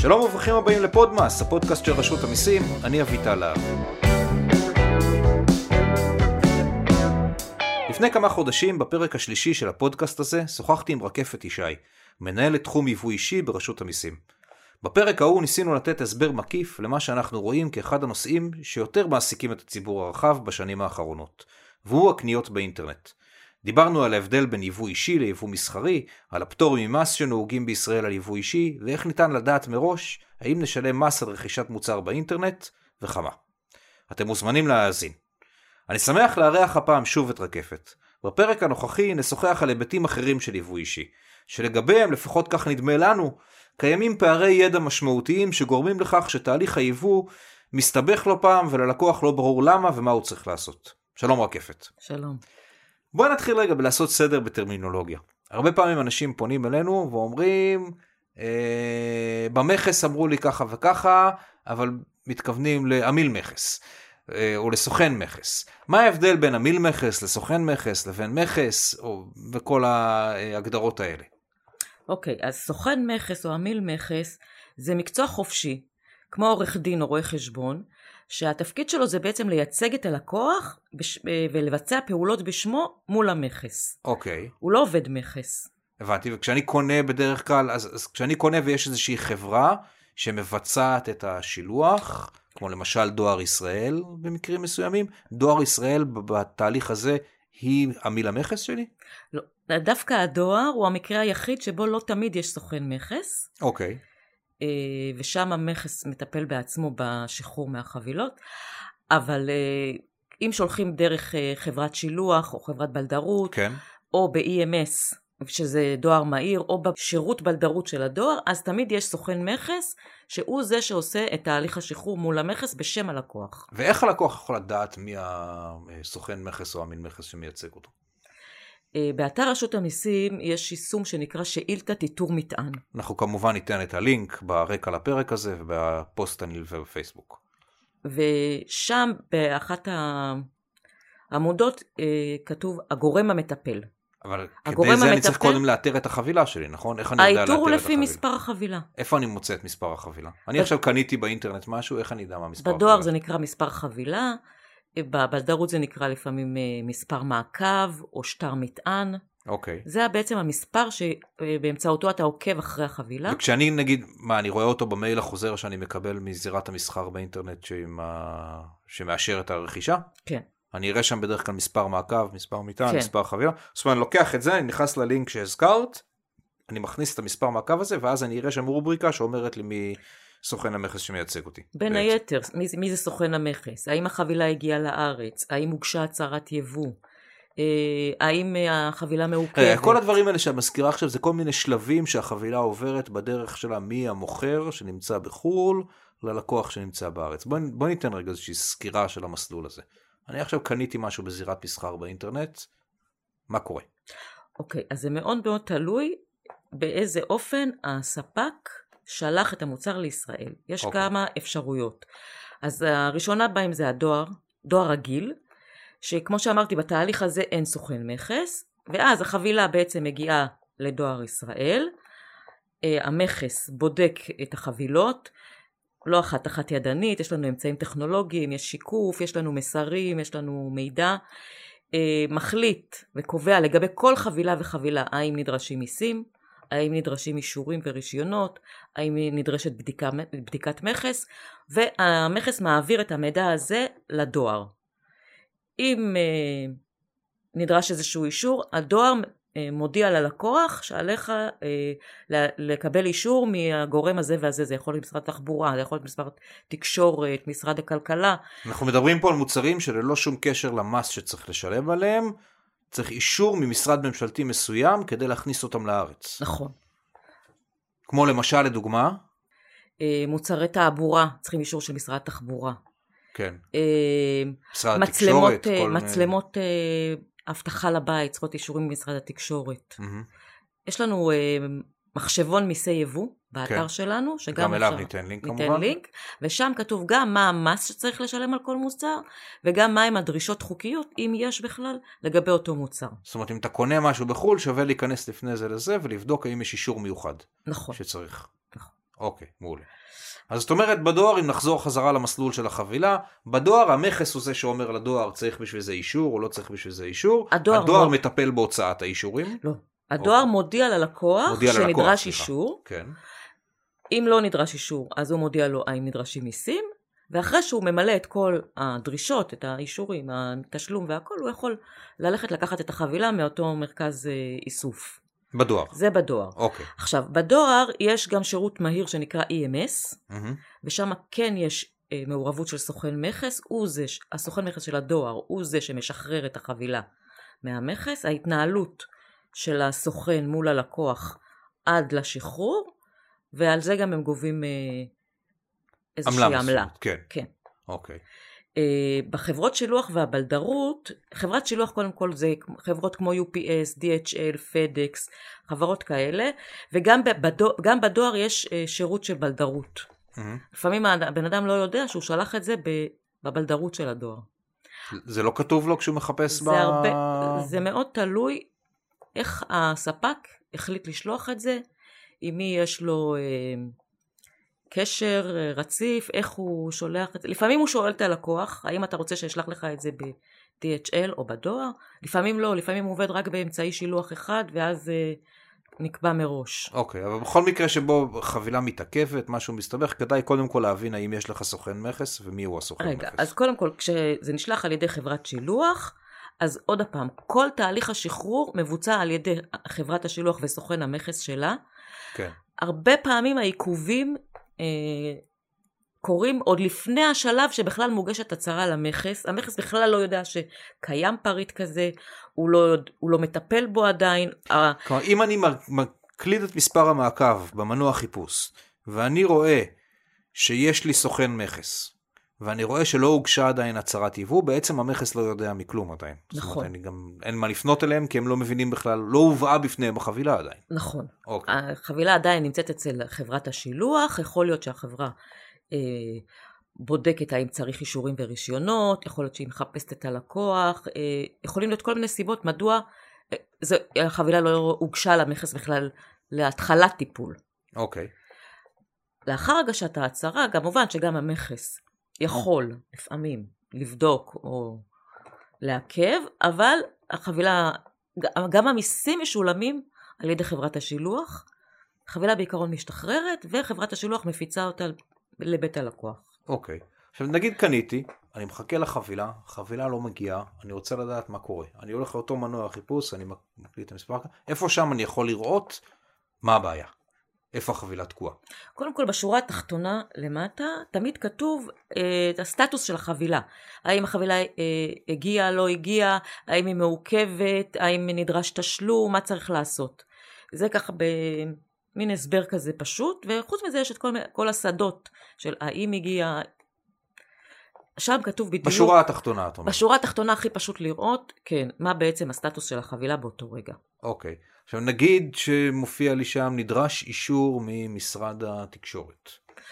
שלום וברוכים הבאים לפודמאס, הפודקאסט של רשות המיסים, אני אביטל להב. לפני כמה חודשים, בפרק השלישי של הפודקאסט הזה, שוחחתי עם רקפת ישי, מנהלת תחום יבוא אישי ברשות המיסים. בפרק ההוא ניסינו לתת הסבר מקיף למה שאנחנו רואים כאחד הנושאים שיותר מעסיקים את הציבור הרחב בשנים האחרונות, והוא הקניות באינטרנט. דיברנו על ההבדל בין יבוא אישי ליבוא מסחרי, על הפטור ממס שנהוגים בישראל על יבוא אישי, ואיך ניתן לדעת מראש האם נשלם מס על רכישת מוצר באינטרנט, וכמה. אתם מוזמנים להאזין. אני שמח לארח הפעם שוב את רקפת. בפרק הנוכחי נשוחח על היבטים אחרים של יבוא אישי, שלגביהם, לפחות כך נדמה לנו, קיימים פערי ידע משמעותיים שגורמים לכך שתהליך היבוא מסתבך לא פעם וללקוח לא ברור למה ומה הוא צריך לעשות. שלום רקפת. שלום. בואי נתחיל רגע בלעשות סדר בטרמינולוגיה. הרבה פעמים אנשים פונים אלינו ואומרים, במכס אמרו לי ככה וככה, אבל מתכוונים לעמיל מכס, או לסוכן מכס. מה ההבדל בין עמיל מכס לסוכן מכס לבין מכס, וכל ההגדרות האלה? אוקיי, אז סוכן מכס או עמיל מכס זה מקצוע חופשי, כמו עורך דין או רואה חשבון, שהתפקיד שלו זה בעצם לייצג את הלקוח ולבצע פעולות בשמו מול המכס. אוקיי. הוא לא עובד מכס. הבנתי, וכשאני קונה בדרך כלל, אז כשאני קונה ויש איזושהי חברה שמבצעת את השילוח, כמו למשל דואר ישראל במקרים מסוימים, דואר ישראל בתהליך הזה היא עמיל המכס שלי? לא, דווקא הדואר הוא המקרה היחיד שבו לא תמיד יש סוכן מכס. אוקיי. ושם המכס מטפל בעצמו בשחרור מהחבילות, אבל אם שולחים דרך חברת שילוח או חברת בלדרות, כן. או ב-EMS, שזה דואר מהיר, או בשירות בלדרות של הדואר, אז תמיד יש סוכן מכס, שהוא זה שעושה את תהליך השחרור מול המכס בשם הלקוח. ואיך הלקוח יכול לדעת מי הסוכן מכס או עמיל מכס שמייצג אותו? באתר רשות המיסים יש יישום שנקרא שאילתת איתור מטען. אנחנו כמובן ניתן את הלינק ברקע לפרק הזה ובפוסט הנלווה בפייסבוק. ושם באחת העמודות כתוב הגורם המטפל. אבל כדי זה אני צריך קודם לאתר את החבילה שלי, נכון? איך אני יודע לאתר את החבילה? האיתור לפי מספר החבילה. איפה אני מוצא את מספר החבילה? אני עכשיו קניתי באינטרנט משהו, איך אני יודע מה מספר החבילה? בדואר זה נקרא מספר חבילה, בבלדרות זה נקרא לפעמים מספר מעקב או שטר מטען. אוקיי. זה בעצם המספר שבאמצעותו אתה עוקב אחרי החבילה. וכשאני נגיד, אני רואה אותו במייל החוזר שאני מקבל מזירת המסחר באינטרנט שמאשר את הרכישה? כן. אני אראה שם בדרך כלל מספר מעקב, מספר מטען, כן. מספר חבילה. זאת אומרת, אני לוקח את זה, אני נכנס ללינק שהזכרת, אני מכניס את המספר מעקב הזה, ואז אני אראה שם רובריקה שאומרת לי מי סוכן המכס שמייצג אותי. בין היתר, מי זה סוכן המכס? האם החבילה הגיעה לארץ? האם הוגשה הצהרת יבוא? האם החבילה מעוכבת? כל הדברים האלה שאת מזכירה עכשיו, זה כל מיני שלבים שהחבילה עוברת בדרך שלה מהמוכר שנמצא בחול, ללקוח שנמצא בארץ. בוא ניתן רגע איזושהי סקירה של המסלול הזה. אני עכשיו קניתי משהו בזירת מסחר באינטרנט, מה קורה? אוקיי, אז זה מאוד מאוד תלוי באיזה אופן הספק שלח את המוצר לישראל. יש כמה אפשרויות. אז הראשונה בהם זה הדואר, דואר רגיל, שכמו שאמרתי בתהליך הזה אין סוכן מכס, ואז החבילה בעצם מגיעה לדואר ישראל, המכס בודק את החבילות, לא אחת ידנית, יש לנו אמצעים טכנולוגיים, יש שיקוף, יש לנו מסרים, יש לנו מידע, מחליט וקובע לגבי כל חבילה וחבילה, האם נדרשים מיסים, האם נדרשים אישורים ורישיונות, האם נדרשת בדיקת מכס, והמכס מעביר את המידע הזה לדואר. אם נדרש איזשהו אישור, הדואר מודיע ללקוח שעליך לקבל אישור מהגורם הזה והזה, זה יכול להיות משרד התחבורה, זה יכול להיות משרד תקשורת, משרד הכלכלה. אנחנו מדברים פה על מוצרים שללא שום קשר למס שצריך לשלם עליהם, צריך אישור ממשרד ממשלתי מסוים כדי להכניס אותם לארץ. נכון. כמו למשל לדוגמה? מוצרי תעבורה, צריכים אישור של משרד התחבורה. כן. משרד התקשורת. מצלמות הבטחה לבית, צריכות אישורים ממשרד התקשורת. יש לנו מחשבון מיסי יבוא באתר שלנו, שגם אליו ניתן לינק כמובן. ושם כתוב גם מה המס שצריך לשלם על כל מוצר, וגם מה הם הדרישות חוקיות, אם יש בכלל, לגבי אותו מוצר. זאת אומרת, אם אתה קונה משהו בחול, שווה להיכנס לפני זה לזה, ולבדוק האם יש אישור מיוחד. נכון. שצריך. נכון. אוקיי, מעולה. אז זאת אומרת, בדואר, אם נחזור חזרה למסלול של החבילה, בדואר המכס הוא זה שאומר לדואר, צריך בשביל זה אישור, או לא צריך בשביל זה אישור. הדואר מטפל בהוצאת האישורים. לא. הדואר מודיע ללקוח שנדרש אישור. כן. אם לא נדרש אישור, אז הוא מודיע לו האם נדרשים מיסים, ואחרי שהוא ממלא את כל הדרישות, את האישורים, התשלום והכל, הוא יכול ללכת לקחת את החבילה מאותו מרכז איסוף. בדואר. זה בדואר. אוקיי. עכשיו, בדואר יש גם שירות מהיר שנקרא EMS, ושם כן יש מעורבות של סוכן מכס, הסוכן מכס של הדואר הוא זה שמשחרר את החבילה מהמכס, ההתנהלות של הסוכן מול הלקוח עד לשחרור, ועל זה גם הם גובים איזושהי עמלה. כן. כן. אוקיי. בחברות שילוח והבלדרות, חברת שילוח קודם כל זה חברות כמו UPS, DHL, FedEx, חברות כאלה, וגם בדואר יש שירות של בלדרות. לפעמים הבן אדם לא יודע שהוא שלח את זה בבלדרות של הדואר. זה לא כתוב לו כשהוא מחפש זה מאוד תלוי איך הספק החליט לשלוח את זה, עם מי יש לו קשר רציף, איך הוא שולח את זה. לפעמים הוא שואל את הלקוח, האם אתה רוצה שישלח לך את זה ב-DHL או בדואר? לפעמים לא, לפעמים הוא עובד רק באמצעי שילוח אחד, ואז נקבע מראש. אוקיי, אבל בכל מקרה שבו חבילה מתעכבת, משהו מסתבך, כדאי קודם כל להבין האם יש לך סוכן מכס, ומי הוא הסוכן מכס. רגע, אז קודם כל, כשזה נשלח על ידי חברת שילוח, אז עוד הפעם, כל תהליך השחרור מבוצע על ידי חברת השילוח וסוכן המכס שלה. כן. הרבה פעמים העיכובים קורים עוד לפני השלב שבכלל מוגשת הצהרה למכס. המכס בכלל לא יודע שקיים פריט כזה, הוא לא מטפל בו עדיין. כלומר, אם אני מקליד את מספר המעקב במנוע חיפוש, ואני רואה שיש לי סוכן מכס, ואני רואה שלא הוגשה עדיין הצהרת יבוא, בעצם המכס לא יודע מכלום עדיין. נכון. זאת אומרת, אין מה לפנות אליהם, כי הם לא מבינים בכלל, לא הובאה בפניהם החבילה עדיין. נכון. אוקיי. החבילה עדיין נמצאת אצל חברת השילוח, יכול להיות שהחברה בודקת האם צריך אישורים ורישיונות, יכול להיות שהיא מחפשת את הלקוח, יכולים להיות כל מיני סיבות, מדוע החבילה לא הוגשה למכס בכלל להתחלת טיפול. אוקיי. לאחר הגשת ההצהרה, כמובן שגם המכס יכול לפעמים לבדוק או לעכב, אבל החבילה, גם המיסים משולמים על ידי חברת השילוח, החבילה בעיקרון משתחררת, וחברת השילוח מפיצה אותה לבית הלקוח. אוקיי. עכשיו נגיד קניתי, אני מחכה לחבילה, חבילה לא מגיעה, אני רוצה לדעת מה קורה. אני הולך לאותו מנוע חיפוש, אני מקליט את המספר, איפה שם אני יכול לראות מה הבעיה? איפה החבילה תקועה? קודם כל, בשורה התחתונה למטה, תמיד כתוב את הסטטוס של החבילה. האם החבילה הגיעה, לא הגיעה, האם היא מעוכבת, האם נדרש תשלום, מה צריך לעשות. זה ככה במין הסבר כזה פשוט, וחוץ מזה יש את כל השדות של האם הגיעה, שם כתוב בדיוק. בשורה התחתונה, את אומרת. בשורה התחתונה הכי פשוט לראות, כן, מה בעצם הסטטוס של החבילה באותו רגע. אוקיי. עכשיו נגיד שמופיע לי שם נדרש אישור ממשרד התקשורת.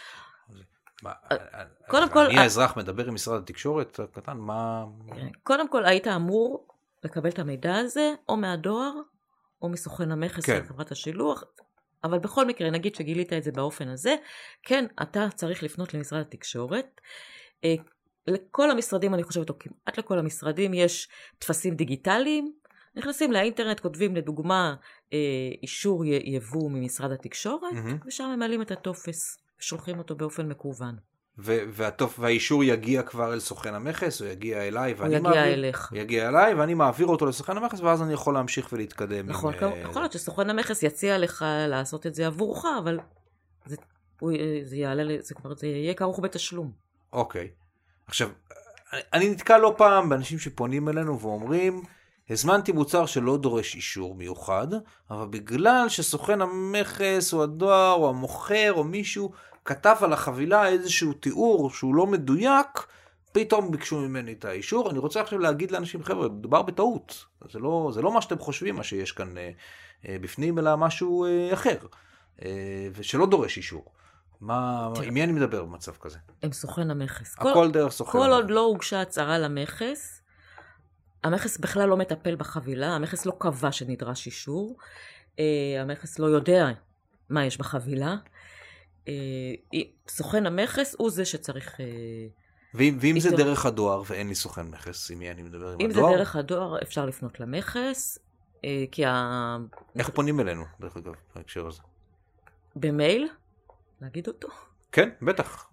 קודם כל, אני האזרח מדבר עם משרד התקשורת, קטן, מה... קודם כל היית אמור לקבל את המידע הזה, או מהדואר, או מסוכן המכס של חברת השילוח, אבל בכל מקרה, נגיד שגילית את זה באופן הזה, כן, אתה צריך לפנות למשרד התקשורת. לכל המשרדים, אני חושבת, או כמעט לכל המשרדים, יש תפסים דיגיטליים, נכנסים לאינטרנט, כותבים לדוגמה אישור יבוא ממשרד התקשורת, ושם ממלאים את הטופס, ושולחים אותו באופן מקוון. והאישור יגיע כבר אל סוכן המכס, או יגיע אליי, הוא יגיע אליך. הוא יגיע אליי, ואני מעביר אותו לסוכן המכס, ואז אני יכול להמשיך ולהתקדם. נכון, יכול להיות שסוכן המכס יציע לך לעשות את זה עבורך, אבל זה יהיה כרוך בתשלום. אוקיי. עכשיו, אני נתקע לא פעם באנשים שפונים אלינו ואומרים, הזמנתי מוצר שלא דורש אישור מיוחד, אבל בגלל שסוכן המכס או הדואר או המוכר או מישהו כתב על החבילה איזשהו תיאור שהוא לא מדויק, פתאום ביקשו ממני את האישור. אני רוצה עכשיו להגיד לאנשים, חבר'ה, מדובר בטעות. זה לא מה שאתם חושבים, מה שיש כאן בפנים, אלא משהו אחר, ושלא דורש אישור. עם מי אני מדבר במצב כזה? עם סוכן המכס. הכל דרך סוכן המכס. כל עוד לא הוגשה הצהרה למכס, המכס בכלל לא מטפל בחבילה, המכס לא קבע שנדרש אישור, המכס לא יודע מה יש בחבילה. סוכן המכס הוא זה שצריך... ואם זה דרך הדואר ואין לי סוכן מכס, עם מי אני מדבר עם הדואר? אם זה דרך הדואר, אפשר לפנות למכס, כי איך פונים אלינו, דרך אגב, בהקשר הזה? במייל, להגיד אותו? כן, בטח.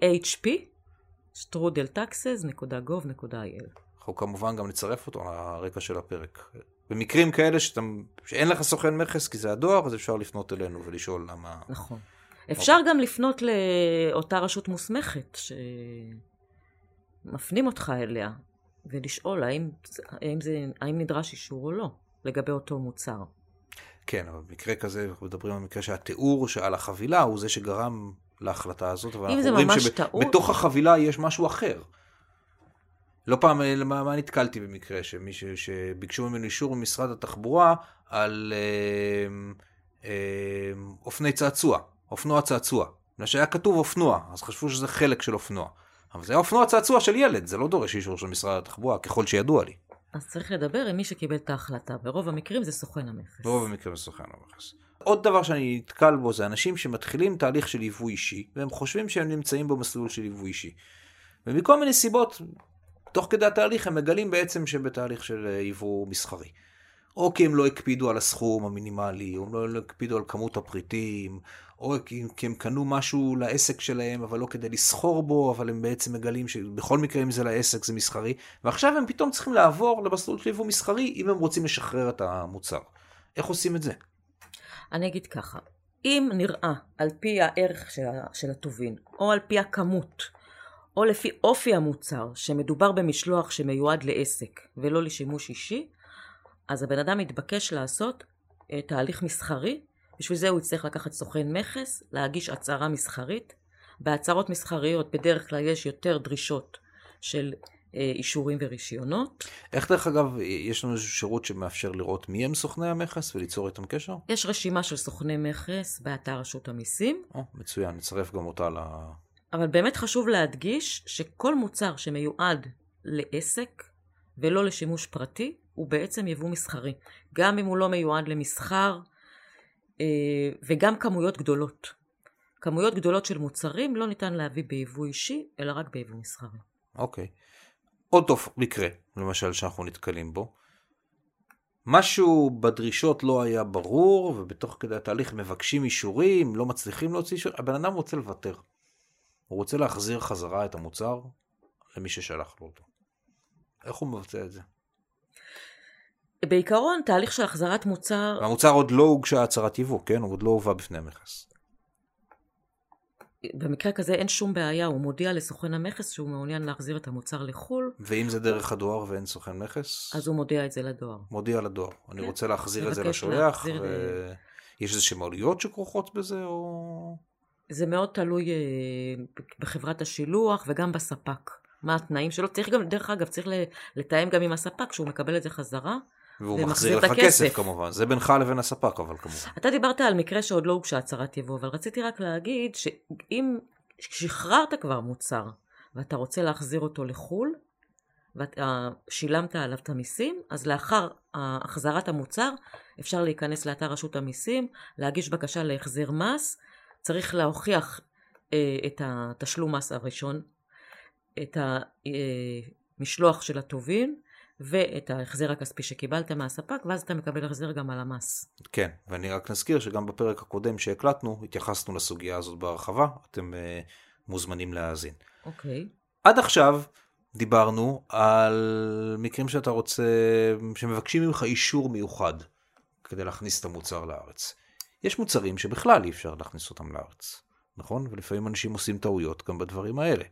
dhp@strudeltaxes.gov.il. אנחנו כמובן גם נצרף אותו לרקע של הפרק. במקרים כאלה שאין לך סוכן מכס כי זה הדואר, אז אפשר לפנות אלינו ולשאול למה... נכון. אפשר גם לפנות לאותה רשות מוסמכת שמפנים אותך אליה, ולשאול האם נדרש אישור או לא, לגבי אותו מוצר. כן, אבל במקרה כזה, אנחנו מדברים על מקרה שהתיאור שעל החבילה הוא זה שגרם להחלטה הזאת, אבל אנחנו אומרים שבתוך החבילה יש משהו אחר. לא פעם, מה נתקלתי במקרה? שביקשו ממנו אישור ממשרד התחבורה על אופנוע צעצוע. שהיה כתוב אופנוע, אז חשבו שזה חלק של אופנוע. אבל זה היה אופנוע צעצוע של ילד, זה לא דורש אישור של משרד התחבורה, ככל שידוע לי. אז צריך לדבר עם מי שקיבל את ההחלטה. ברוב המקרים זה סוכן המכס. ברוב המקרים זה סוכן המכס. עוד דבר שאני נתקל בו זה אנשים שמתחילים תהליך של יבוא אישי, והם חושבים שהם נמצאים במסלול של יבוא אישי. ומכל מיני סיבות, תוך כדי התהליך הם מגלים בעצם שהם בתהליך של יבוא מסחרי. או כי הם לא הקפידו על הסכום המינימלי, או הם לא הקפידו על כמות הפריטים, או כי הם קנו משהו לעסק שלהם, אבל לא כדי לסחור בו, אבל הם בעצם מגלים שבכל מקרה אם זה לעסק זה מסחרי, ועכשיו הם פתאום צריכים לעבור למסלול של יבוא מסחרי, אם הם רוצים לשחרר את המוצר. איך עושים את זה? אני אגיד ככה, אם נראה על פי הערך של הטובין, או על פי הכמות, או לפי אופי המוצר, שמדובר במשלוח שמיועד לעסק, ולא לשימוש אישי, אז הבן אדם מתבקש לעשות תהליך מסחרי, בשביל זה הוא יצטרך לקחת סוכן מכס, להגיש הצהרה מסחרית. בהצהרות מסחריות בדרך כלל יש יותר דרישות של אישורים ורישיונות. איך דרך אגב, יש לנו איזשהו שירות שמאפשר לראות מי הם סוכני המכס וליצור איתם קשר? יש רשימה של סוכני מכס באתר רשות המיסים. מצוין, נצרף גם אותה אבל באמת חשוב להדגיש שכל מוצר שמיועד לעסק ולא לשימוש פרטי, הוא בעצם יבוא מסחרי. גם אם הוא לא מיועד למסחר, וגם כמויות גדולות. כמויות גדולות של מוצרים לא ניתן להביא ביבוא אישי, אלא רק ביבוא מסחרי. אוקיי. עוד טוב מקרה, למשל שאנחנו נתקלים בו. משהו בדרישות לא היה ברור, ובתוך כדי התהליך מבקשים אישורים, לא מצליחים להוציא אישור. הבן אדם רוצה לוותר. הוא רוצה להחזיר חזרה את המוצר למי ששלח לו אותו. איך הוא מבצע את זה? בעיקרון, תהליך של החזרת מוצר... המוצר עוד לא הוגשה הצהרת יבוא, כן? הוא עוד לא הובא בפני המכס. במקרה כזה אין שום בעיה, הוא מודיע לסוכן המכס שהוא מעוניין להחזיר את המוצר לחול. ואם זה דרך הדואר ואין סוכן מכס? אז הוא מודיע את זה לדואר. מודיע לדואר. אני רוצה להחזיר את זה לשולח. יש איזה שמעלויות שכרוכות בזה או... זה מאוד תלוי בחברת השילוח וגם בספק. מה התנאים שלו? צריך גם, דרך אגב, צריך לתאם גם עם הספק שהוא מקבל את זה חזרה. והוא מחזיר לך כסף כמובן. זה בינך לבין הספק אבל כמובן. אתה דיברת על מקרה שעוד לא הוגשה הצהרת יבוא, אבל רציתי רק להגיד שאם שחררת כבר מוצר ואתה רוצה להחזיר אותו לחול, ואתה שילמת עליו את המיסים, אז לאחר החזרת המוצר אפשר להיכנס לאתר רשות המיסים, להגיש בקשה להחזיר מס, צריך להוכיח את התשלום מס הראשון, את המשלוח של הטובין, ואת ההחזר הכספי שקיבלת מהספק, ואז אתה מקבל החזר גם על המס. כן, ואני רק נזכיר שגם בפרק הקודם שהקלטנו, התייחסנו לסוגיה הזאת בהרחבה, אתם מוזמנים להאזין. אוקיי. עד עכשיו דיברנו על מקרים שאתה רוצה, שמבקשים ממך אישור מיוחד, כדי להכניס את המוצר לארץ. יש מוצרים שבכלל אי אפשר להכניס אותם לארץ, נכון? ולפעמים אנשים עושים טעויות גם בדברים האלה.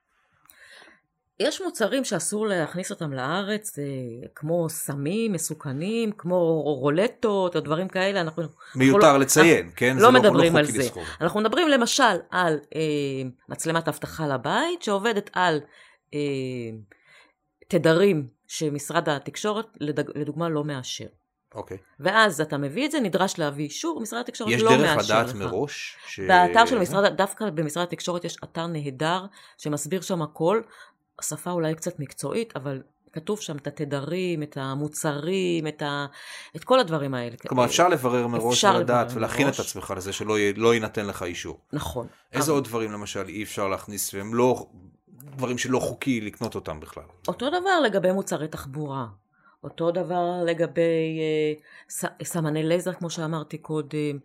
יש מוצרים שאסור להכניס אותם לארץ, כמו סמים, מסוכנים, כמו רולטות, או דברים כאלה. מיותר לציין, כן? לא מדברים על זה. אנחנו מדברים למשל על מצלמת אבטחה לבית, שעובדת על תדרים שמשרד התקשורת, לדוגמה, לא מאשר. אוקיי. ואז אתה מביא את זה, נדרש להביא אישור, משרד התקשורת לא מאשר לך. יש דרך לדעת מראש? באתר של משרד, דווקא במשרד התקשורת יש אתר נהדר, שמסביר שם הכל, השפה אולי קצת מקצועית, אבל כתוב שם את התדרים, את המוצרים, את כל הדברים האלה. כלומר, אפשר לברר מראש ולדעת ולהכין את עצמך לזה שלא יינתן לך אישור. נכון. איזה עוד דברים למשל אי אפשר להכניס, והם לא דברים שלא חוקי לקנות אותם בכלל? אותו דבר לגבי מוצרי תחבורה. אותו דבר לגבי סמני לייזר, כמו שאמרתי קודם,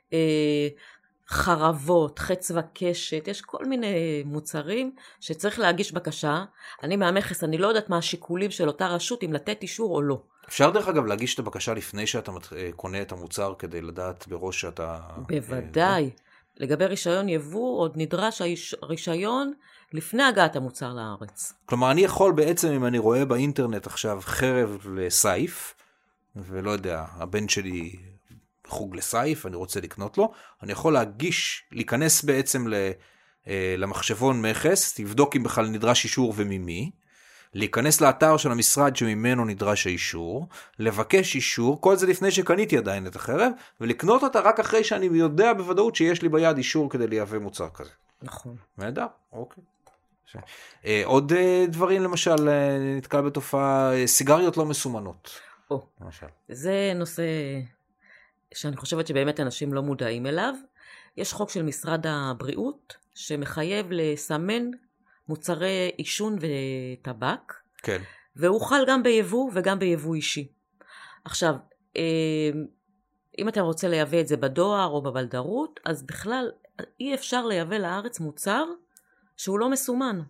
חרבות, חץ וקשת, יש כל מיני מוצרים שצריך להגיש בקשה. אני מהמכס, אני לא יודעת מה השיקולים של אותה רשות, אם לתת אישור או לא. אפשר דרך אגב להגיש את הבקשה לפני שאתה קונה את המוצר, כדי לדעת בראש שאתה... בוודאי. לגבי רישיון יבוא, עוד נדרש רישיון לפני הגעת המוצר לארץ. כלומר, אני יכול בעצם, אם אני רואה באינטרנט עכשיו חרב לסייף, ולא יודע, הבן שלי חוג לסייף, אני רוצה לקנות לו, אני יכול להיכנס בעצם למחשבון מכס, תבדוק אם בכלל נדרש אישור וממי, להיכנס לאתר של המשרד שממנו נדרש האישור, לבקש אישור, כל זה לפני שקניתי עדיין את החרב, ולקנות אותה רק אחרי שאני יודע בוודאות שיש לי ביד אישור כדי לייבא מוצר כזה. נכון. נהדר, אוקיי. עוד דברים, למשל, נתקל בתופעה, סיגריות לא מסומנות. למשל. זה נושא שאני חושבת שבאמת אנשים לא מודעים אליו. יש חוק של משרד הבריאות שמחייב לסמן מוצרי עישון וטבק. כן. והוא חל גם ביבוא וגם ביבוא אישי. עכשיו, אם אתה רוצה לייבא את זה בדואר או בבלדרות, אז בכלל אי אפשר לייבא לארץ מוצר שהוא לא מסומן.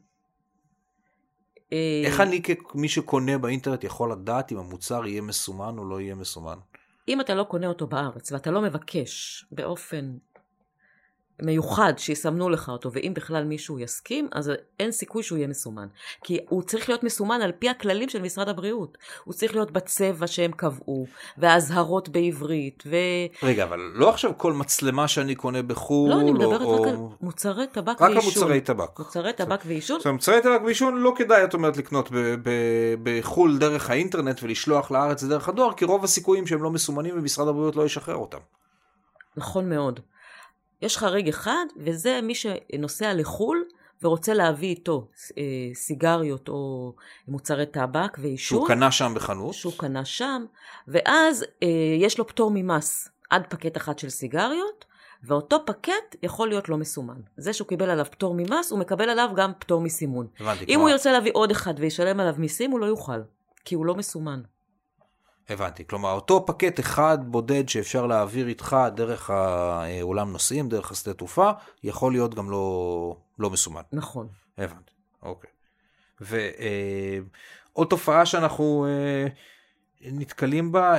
איך אני כמי שקונה באינטרנט יכול לדעת אם המוצר יהיה מסומן או לא יהיה מסומן? אם אתה לא קונה אותו בארץ ואתה לא מבקש באופן מיוחד שיסמנו לך אותו, ואם בכלל מישהו יסכים, אז אין סיכוי שהוא יהיה מסומן. כי הוא צריך להיות מסומן על פי הכללים של משרד הבריאות. הוא צריך להיות בצבע שהם קבעו, והזהרות בעברית, רגע, אבל לא עכשיו כל מצלמה שאני קונה בחו"ל, לא, אני מדברת רק על מוצרי טבק רק ועישון. רק על מוצרי טבק. מוצרי טבק ועישון. זאת אומרת, מוצרי טבק ועישון לא כדאי, את אומרת, לקנות בחו"ל דרך האינטרנט ולשלוח לארץ דרך הדואר, כי רוב הסיכויים שהם לא מסומנים ומשרד הבריאות לא ישחרר אותם. נכון מאוד. יש חריג אחד, וזה מי שנוסע לחול ורוצה להביא איתו סיגריות או מוצרי טבק ועישון. שהוא קנה שם בחנות. שהוא קנה שם, ואז יש לו פטור ממס עד פקט אחד של סיגריות, ואותו פקט יכול להיות לא מסומן. זה שהוא קיבל עליו פטור ממס, הוא מקבל עליו גם פטור מסימון. אם הוא ירצה להביא עוד אחד וישלם עליו מיסים, הוא לא יוכל, כי הוא לא מסומן. הבנתי, כלומר, אותו פקט אחד בודד שאפשר להעביר איתך דרך העולם נוסעים, דרך השדה תעופה, יכול להיות גם לא מסומן. נכון. הבנתי, אוקיי. ועוד תופעה שאנחנו נתקלים בה,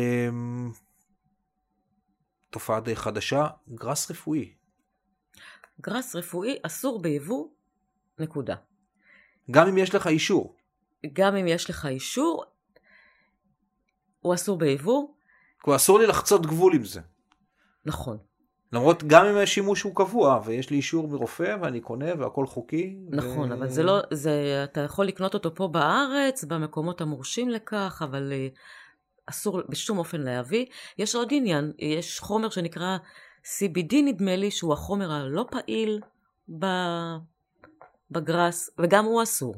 תופעה די חדשה, גרס רפואי. גרס רפואי אסור ביבוא, נקודה. גם אם יש לך אישור. גם אם יש לך אישור, הוא אסור ביבוא. הוא אסור לי לחצות גבול עם זה. נכון. למרות גם אם השימוש הוא קבוע, ויש לי אישור מרופא ואני קונה והכל חוקי. נכון, אבל זה לא, אתה יכול לקנות אותו פה בארץ, במקומות המורשים לכך, אבל אסור בשום אופן להביא. יש עוד עניין, יש חומר שנקרא CBD נדמה לי, שהוא החומר הלא פעיל בגרס, וגם הוא אסור.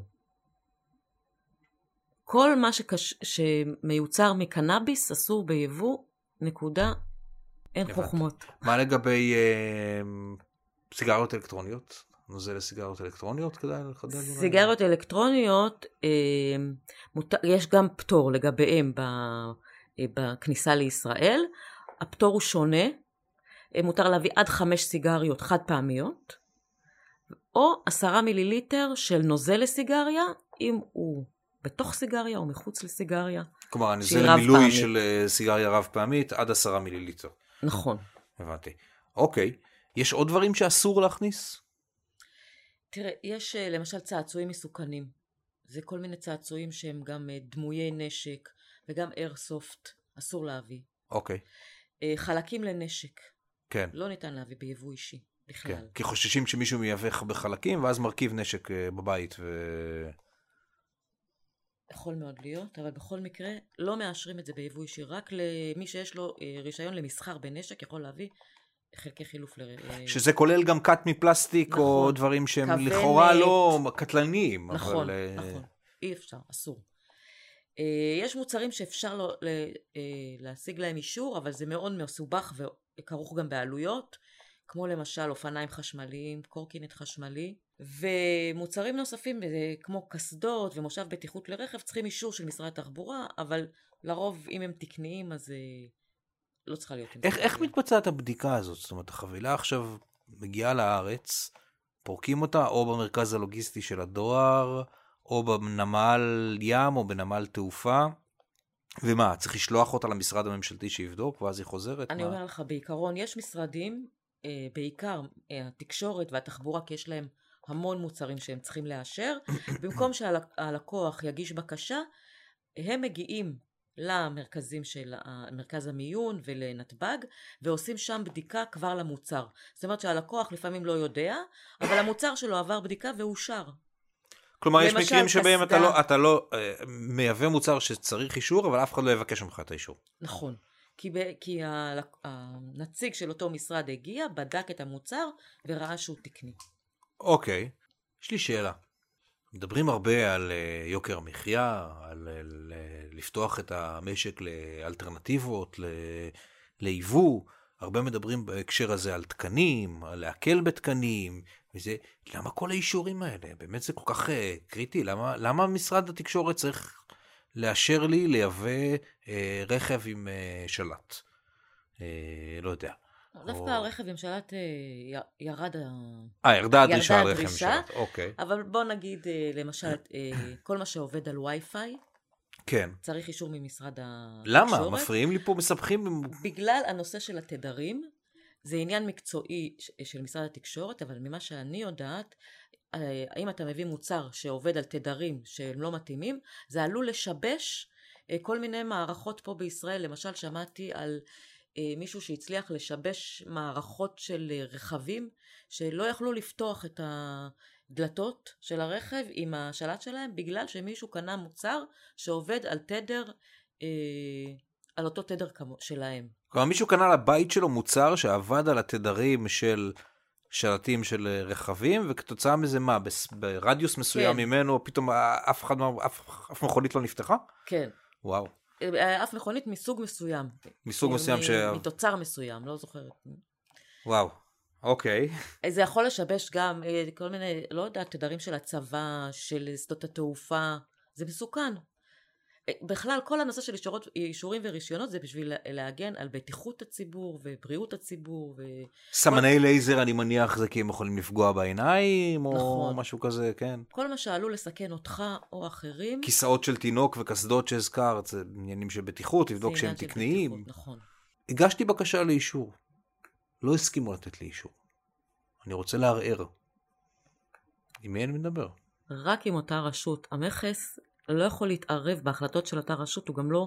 כל מה שמיוצר מקנאביס אסור ביבוא, נקודה, אין חוכמות. מה לגבי סיגריות אלקטרוניות? נוזל לסיגריות אלקטרוניות כדאי לחדד? סיגריות אלקטרוניות, יש גם פטור לגביהם בכניסה לישראל. הפטור הוא שונה, מותר להביא עד 5 סיגריות חד פעמיות, או 10 מיליליטר של נוזל לסיגריה, אם הוא בתוך סיגריה או מחוץ לסיגריה. כלומר, הנוזל למילוי של סיגריה רב פעמית עד 10 מיליליטר. נכון. הבנתי. אוקיי. יש עוד דברים שאסור להכניס? תראה, יש למשל צעצועים מסוכנים. זה כל מיני צעצועים שהם גם דמויי נשק וגם איירסופט. אסור להביא. אוקיי. חלקים לנשק. כן. לא ניתן להביא ביבוא אישי בכלל. כן. כי חוששים שמישהו מייבא בחלקים ואז מרכיב נשק בבית יכול מאוד להיות, אבל בכל מקרה לא מאשרים את זה ביבוא אישי, רק למי שיש לו רישיון למסחר בנשק יכול להביא חלקי חילוף. שזה כולל גם קט מפלסטיק, נכון, או דברים שהם לכאורה לא קטלניים. נכון, אבל נכון, אי אפשר, אסור. יש מוצרים שאפשר להשיג להם אישור, אבל זה מאוד מסובך וכרוך גם בעלויות, כמו למשל אופניים חשמליים, קורקינט חשמלי, ומוצרים נוספים כמו קסדות ומושב בטיחות לרכב צריכים אישור של משרד התחבורה, אבל לרוב אם הם תקניים אז לא צריכה להיות. איך מתבצעת הבדיקה הזאת? זאת אומרת, החבילה עכשיו מגיעה לארץ, פורקים אותה או במרכז הלוגיסטי של הדואר, או בנמל ים או בנמל תעופה, ומה, צריך לשלוח אותה למשרד הממשלתי שיבדוק, ואז היא חוזרת? אני אומר לך, בעיקרון יש משרדים, בעיקר התקשורת והתחבורה, כי יש להם המון מוצרים שהם צריכים לאשר, במקום שהלקוח יגיש בקשה, הם מגיעים למרכזים של מרכז המיון ולנתב"ג, ועושים שם בדיקה כבר למוצר. זאת אומרת שהלקוח לפעמים לא יודע, אבל המוצר שלו עבר בדיקה ואושר. כלומר, יש מקרים שבהם אתה לא מייבא מוצר שצריך אישור, אבל אף אחד לא יבקש ממך את האישור. נכון. כי הנציג של אותו משרד הגיע, בדק את המוצר וראה שהוא תקני. אוקיי, יש לי שאלה. מדברים הרבה על יוקר המחיה, על לפתוח את המשק לאלטרנטיבות, ליבוא. הרבה מדברים בהקשר הזה על תקנים, על להקל בתקנים, וזה, למה כל האישורים האלה? באמת זה כל כך קריטי? למה משרד התקשורת צריך לאשר לי לייבא רכב עם שלט? לא יודע. דווקא הרכב עם שלט ירדה הדרישה על רכב עם שלט, אוקיי. אבל בוא נגיד, למשל, כל מה שעובד על וי-פיי, כן. צריך אישור ממשרד התקשורת. למה? מפריעים לי פה, מסבכים? בגלל הנושא של התדרים, זה עניין מקצועי של משרד התקשורת, אבל ממה שאני יודעת, האם אתה מביא מוצר שעובד על תדרים שהם לא מתאימים, זה עלול לשבש כל מיני מערכות פה בישראל. למשל, שמעתי על מישהו שהצליח לשבש מערכות של רכבים, שלא יכלו לפתוח את הדלתות של הרכב עם השלט שלהם, בגלל שמישהו קנה מוצר שעובד על תדר, על אותו תדר שלהם. כלומר, מישהו קנה לבית שלו מוצר שעבד על התדרים של שלטים של רכבים, וכתוצאה מזה מה? ברדיוס מסוים ממנו, פתאום אף מכונית לא נפתחה? כן. וואו. אף מכונית מסוג מסוים. מסוג מסוים מתוצר מסוים, לא זוכרת. וואו, אוקיי. זה יכול לשבש גם כל מיני, לא יודעת, תדרים של הצבא, של שדות התעופה, זה מסוכן. בכלל, כל הנושא של אישורים ורישיונות זה בשביל להגן על בטיחות הציבור ובריאות הציבור. סמני לייזר, אני מניח, זה כי הם יכולים לפגוע בעיניים, או משהו כזה, כן. כל מה שעלול לסכן אותך או אחרים. כיסאות של תינוק וכסדות שהזכרת, זה עניינים של בטיחות, לבדוק שהם תקניים. נכון. הגשתי בקשה לאישור. לא הסכימו לתת לי אישור. אני רוצה לערער. עם מי אני מדבר? רק עם אותה רשות. המכס לא יכול להתערב בהחלטות של אותה רשות, הוא גם לא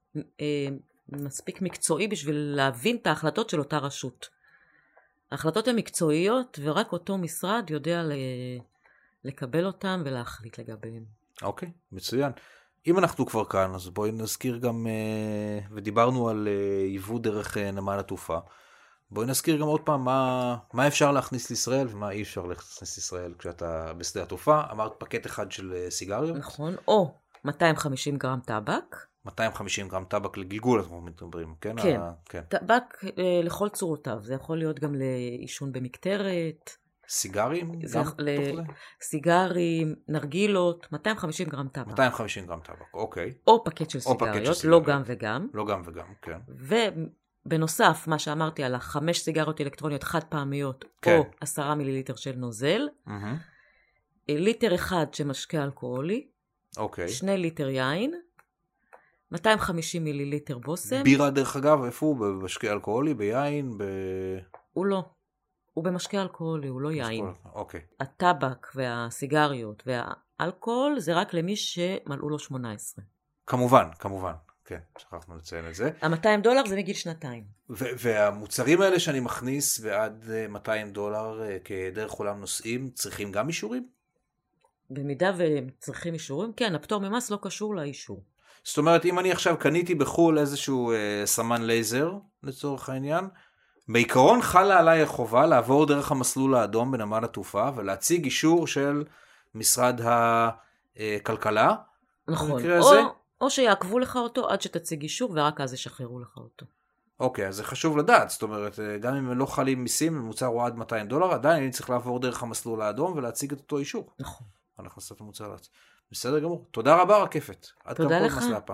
מספיק מקצועי בשביל להבין את ההחלטות של אותה רשות. ההחלטות הן מקצועיות, ורק אותו משרד יודע לקבל אותן ולהחליט לגביהן. אוקיי, מצוין. אם אנחנו כבר כאן, אז בואי נזכיר גם, ודיברנו על ייבוא דרך נמל התעופה, בואי נזכיר גם עוד פעם מה אפשר להכניס לישראל ומה אי אפשר להכניס לישראל כשאתה בשדה התעופה. אמרת פקט אחד של סיגריות. נכון, או 250 גרם טבק. 250 גרם טבק לגלגול, אנחנו מדברים, כן? כן, טבק לכל צורותיו. זה יכול להיות גם לעישון במקטרת. סיגרים? סיגרים, נרגילות, 250 גרם טבק. 250 גרם טבק, אוקיי. או פקט של סיגריות, לא גם וגם. לא גם וגם, כן. בנוסף, מה שאמרתי על 5 סיגריות אלקטרוניות חד פעמיות, כן. או 10 מיליליטר של נוזל, ליטר אחד שמשקה אלכוהולי, אוקיי. 2 ליטר יין, 250 מיליליטר בוסם. בירה דרך אגב, איפה הוא? במשקה אלכוהולי, ביין, הוא לא. הוא במשקה אלכוהולי, הוא לא יין. אוקיי. הטבק והסיגריות והאלכוהול זה רק למי שמלאו לו 18. כמובן, כמובן. כן, שכחנו לציין את זה. $200 זה מגיל 2. והמוצרים האלה שאני מכניס ועד $200 כדרך עולם נוסעים, צריכים גם אישורים? במידה והם צריכים אישורים, כן, הפטור ממס לא קשור לאישור. זאת אומרת, אם אני עכשיו קניתי בחול איזשהו סמן לייזר, לצורך העניין, בעיקרון חלה עליי החובה לעבור דרך המסלול האדום בנמל התעופה, ולהציג אישור של משרד הכלכלה. נכון, או שיעקבו לך אותו עד שתציג אישור, ורק אז ישחררו לך אותו. אוקיי, אז זה חשוב לדעת, זאת אומרת, גם אם לא חלים מיסים, המוצר הוא עד $200, עדיין אני צריך לעבור דרך המסלול האדום ולהציג את אותו אישור. נכון. על הכנסת המוצר לארץ. בסדר גמור. תודה רבה רקפת. תודה לך. הפעם.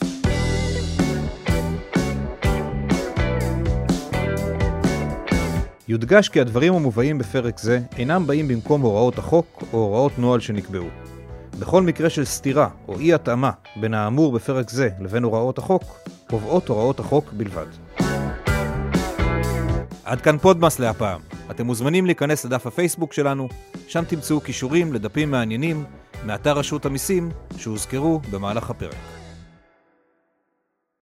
יודגש כי הדברים המובאים בפרק זה אינם באים במקום הוראות החוק או הוראות נוהל שנקבעו. בכל מקרה של סתירה או אי התאמה בין האמור בפרק זה לבין הוראות החוק, קובעות הוראות החוק בלבד. עד כאן פודמאס להפעם. אתם מוזמנים להיכנס לדף הפייסבוק שלנו, שם תמצאו קישורים לדפים מעניינים מאתר רשות המיסים שהוזכרו במהלך הפרק.